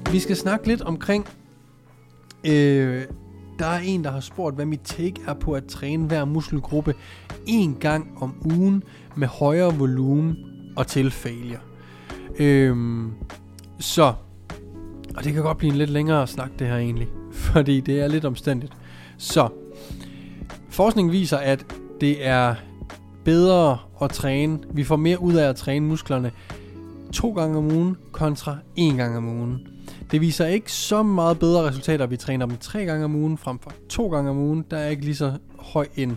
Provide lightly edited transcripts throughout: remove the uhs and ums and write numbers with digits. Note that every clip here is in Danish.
Vi skal snakke lidt omkring, der er en, der har spurgt, hvad mit take er på at træne hver muskelgruppe en gang om ugen med højere volumen og til failure. Og det kan godt blive en lidt længere snak det her egentlig, fordi det er lidt omstændigt. Så, forskning viser, at det er bedre at træne, vi får mere ud af at træne musklerne 2 gange om ugen kontra 1 gang om ugen. Det viser ikke så meget bedre resultater, at vi træner dem 3 gange om ugen frem for 2 gange om ugen. Der er ikke lige så høj en,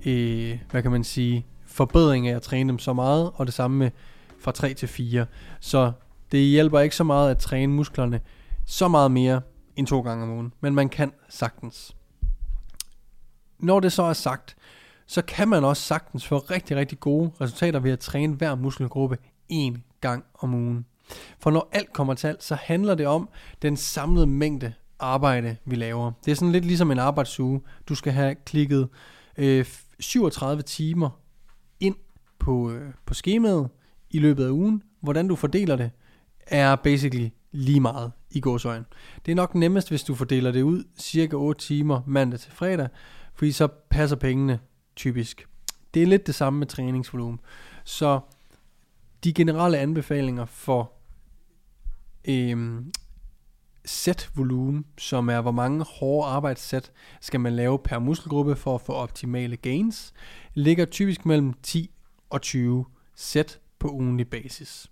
forbedring af at træne dem så meget, og det samme med fra 3 til 4. Så det hjælper ikke så meget at træne musklerne så meget mere end 2 gange om ugen, men man kan sagtens. Når det så er sagt, så kan man også sagtens få rigtig, rigtig gode resultater ved at træne hver muskelgruppe 1 gang om ugen. For når alt kommer til alt, så handler det om den samlede mængde arbejde, vi laver. Det er sådan lidt ligesom en arbejdsuge. Du skal have klikket 37 timer ind på skemaet i løbet af ugen. Hvordan du fordeler det, er basically lige meget i gåseøjne. Det er nok nemmest, hvis du fordeler det ud cirka 8 timer mandag til fredag, fordi så passer pengene typisk. Det er lidt det samme med træningsvolumen. Så de generelle anbefalinger for sætvolumen, som er hvor mange hårde arbejdssæt skal man lave per muskelgruppe for at få optimale gains, ligger typisk mellem 10 og 20 sæt på ugentlig basis.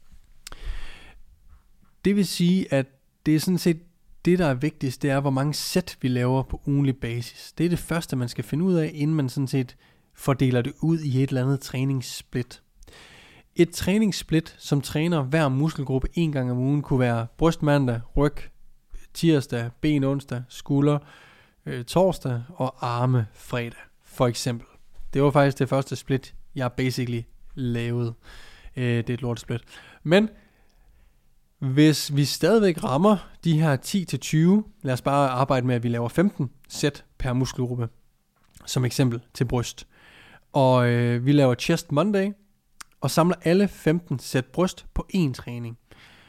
Det vil sige, at det er sådan set det, der er vigtigst, det er, hvor mange sæt vi laver på ugentlig basis. Det er det første, man skal finde ud af, inden man sådan set fordeler det ud i et eller andet træningssplit. Et træningssplit, som træner hver muskelgruppe 1 gang om ugen, kunne være bryst mandag, ryg tirsdag, ben onsdag, skulder torsdag og arme fredag, for eksempel. Det var faktisk det første split, jeg basically lavede. Det er et lortesplit. Men hvis vi stadigvæk rammer de her 10-20, lad os bare arbejde med, at vi laver 15 sæt per muskelgruppe, som eksempel til bryst. Og vi laver chest Monday, og samler alle 15 sæt bryst på én træning.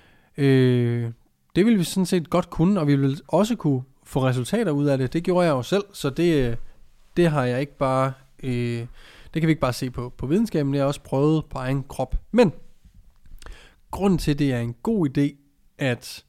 Det vil vi sådan set godt kunne, og vi vil også kunne få resultater ud af det. Det gjorde jeg jo selv, så det har jeg ikke bare, det kan vi ikke bare se på videnskaben, det har jeg også prøvet på egen krop. Men grunden til, at det er en god idé at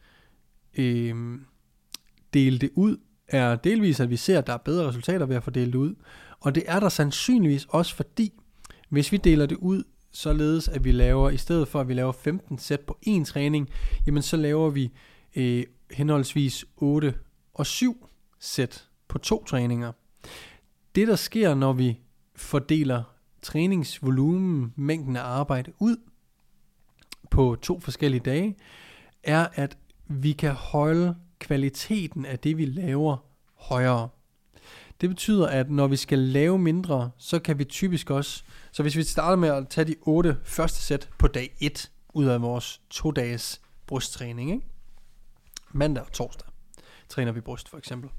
dele det ud, er delvis, at vi ser, at der er bedre resultater ved at fordele det ud. Og det er der sandsynligvis også, fordi hvis vi deler det ud, således at vi laver, i stedet for at vi laver 15 sæt på én træning, jamen så laver vi henholdsvis 8 og 7 sæt på 2 træninger. Det der sker, når vi fordeler træningsvolumen, mængden af arbejde ud på 2 forskellige dage, er at vi kan holde kvaliteten af det vi laver højere. Det betyder, at når vi skal lave mindre, så kan vi typisk også, så hvis vi starter med at tage de 8 første sæt på dag 1, ud af vores 2 dages brysttræning, ikke? Mandag og torsdag træner vi bryst for eksempel.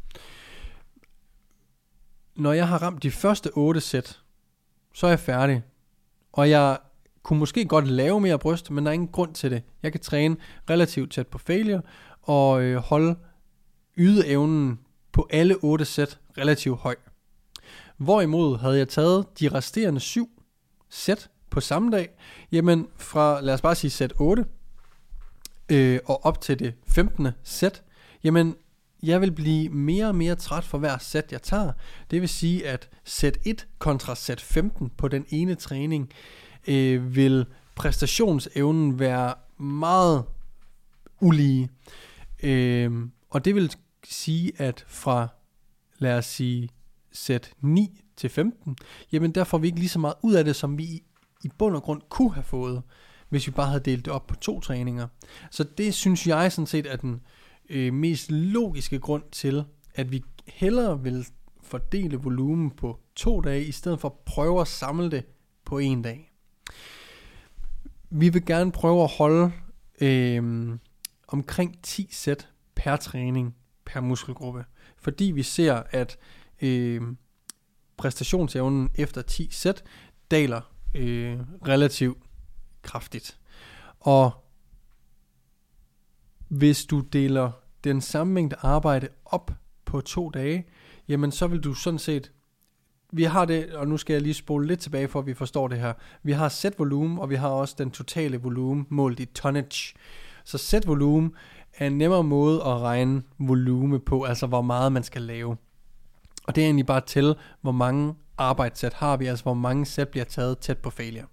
Når jeg har ramt de første 8 sæt, så er jeg færdig. Og jeg kunne måske godt lave mere bryst, men der er ingen grund til det. Jeg kan træne relativt tæt på failure, og holde ydeevnen på alle 8 sæt relativt høj. Hvorimod havde jeg taget de resterende 7 sæt på samme dag, jamen fra, lad os bare sige sæt 8, og op til det 15. sæt, jamen jeg vil blive mere og mere træt for hver sæt jeg tager. Det vil sige, at sæt 1 kontra sæt 15 på den ene træning, vil præstationsevnen være meget ulige. Og det vil sige, at fra, lad os sige, sæt 9 til 15, jamen der får vi ikke lige så meget ud af det, som vi i bund og grund kunne have fået, hvis vi bare havde delt det op på 2 træninger. Så det synes jeg sådan set er den mest logiske grund til, at vi hellere vil fordele volumen på 2 dage, i stedet for at prøve at samle det på 1 dag. Vi vil gerne prøve at holde omkring 10 sæt per træning per muskelgruppe, fordi vi ser, at præstationsevnen efter 10 sæt daler relativt kraftigt. Og Hvis du deler den samme mængde arbejde op på 2 dage, jamen så vil du sådan set, vi har det, og nu skal jeg lige spole lidt tilbage, for at vi forstår det her. Vi har set volumen, og vi har også den totale volumen målt i tonnage. Så set volumen er en nemmere måde at regne volume på, altså hvor meget man skal lave. Og det er egentlig bare til, hvor mange arbejdssæt har vi, altså hvor mange sæt bliver taget tæt på failure.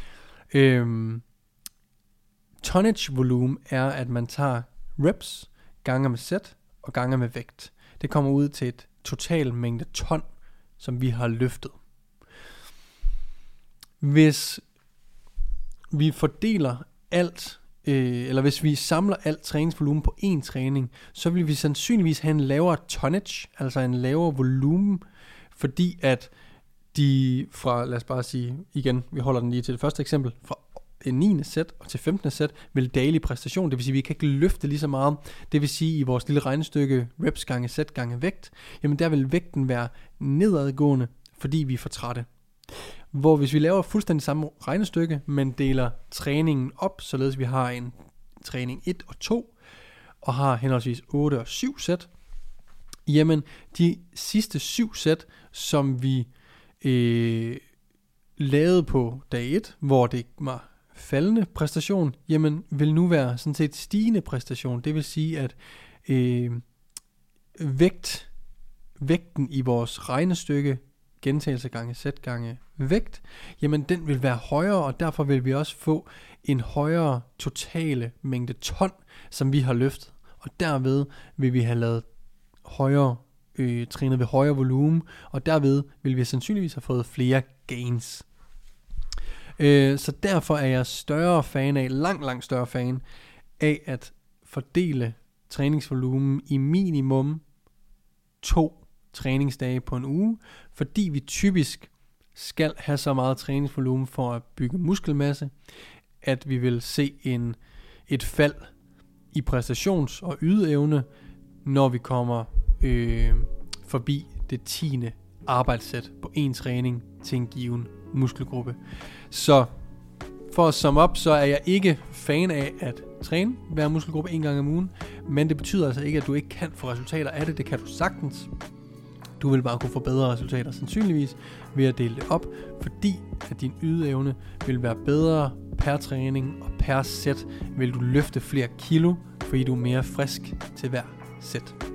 Tonnage volume er, at man tager reps, gange med sæt og gange med vægt. Det kommer ud til et total mængde ton, som vi har løftet. Hvis vi fordeler alt, eller hvis vi samler alt træningsvolumen på én træning, så vil vi sandsynligvis have en lavere tonnage, altså en lavere volumen, fordi at de fra, lad os bare sige igen, vi holder den lige til det første eksempel, fra 9. sæt og til 15. sæt vil daily præstation, det vil sige, at vi kan ikke løfte lige så meget. Det vil sige, i vores lille regnestykke reps gange sæt gange vægt, jamen der vil vægten være nedadgående, fordi vi er for trætte. Hvor hvis vi laver fuldstændig samme regnestykke, men deler træningen op, således vi har en træning 1 og 2, og har henholdsvis 8 og 7 sæt, jamen de sidste 7 sæt, som vi lavede på dag 1, hvor det var faldende præstation, jamen vil nu være sådan set stigende præstation. Det vil sige, at vægten i vores regnestykke, gentagelse gange sæt gange vægt, jamen den vil være højere, og derfor vil vi også få en højere totale mængde ton, som vi har løftet. Og derved vil vi have lavet højere, trænet ved højere volumen, og derved vil vi sandsynligvis have fået flere gains. Så derfor er jeg større fan af, langt større fan af at fordele træningsvolumen i minimum 2 træningsdage på en uge, fordi vi typisk skal have så meget træningsvolumen for at bygge muskelmasse, at vi vil se et fald i præstations- og ydeevne, når vi kommer forbi det 10. arbejdssæt på en træning til en given muskelgruppe. Så for at summe op, så er jeg ikke fan af at træne hver muskelgruppe 1 gang om ugen, men det betyder altså ikke, at du ikke kan få resultater af det. Det kan du sagtens. Du vil bare kunne få bedre resultater sandsynligvis ved at dele det op, fordi at din ydeevne vil være bedre per træning, og per sæt vil du løfte flere kilo, fordi du er mere frisk til hver sæt.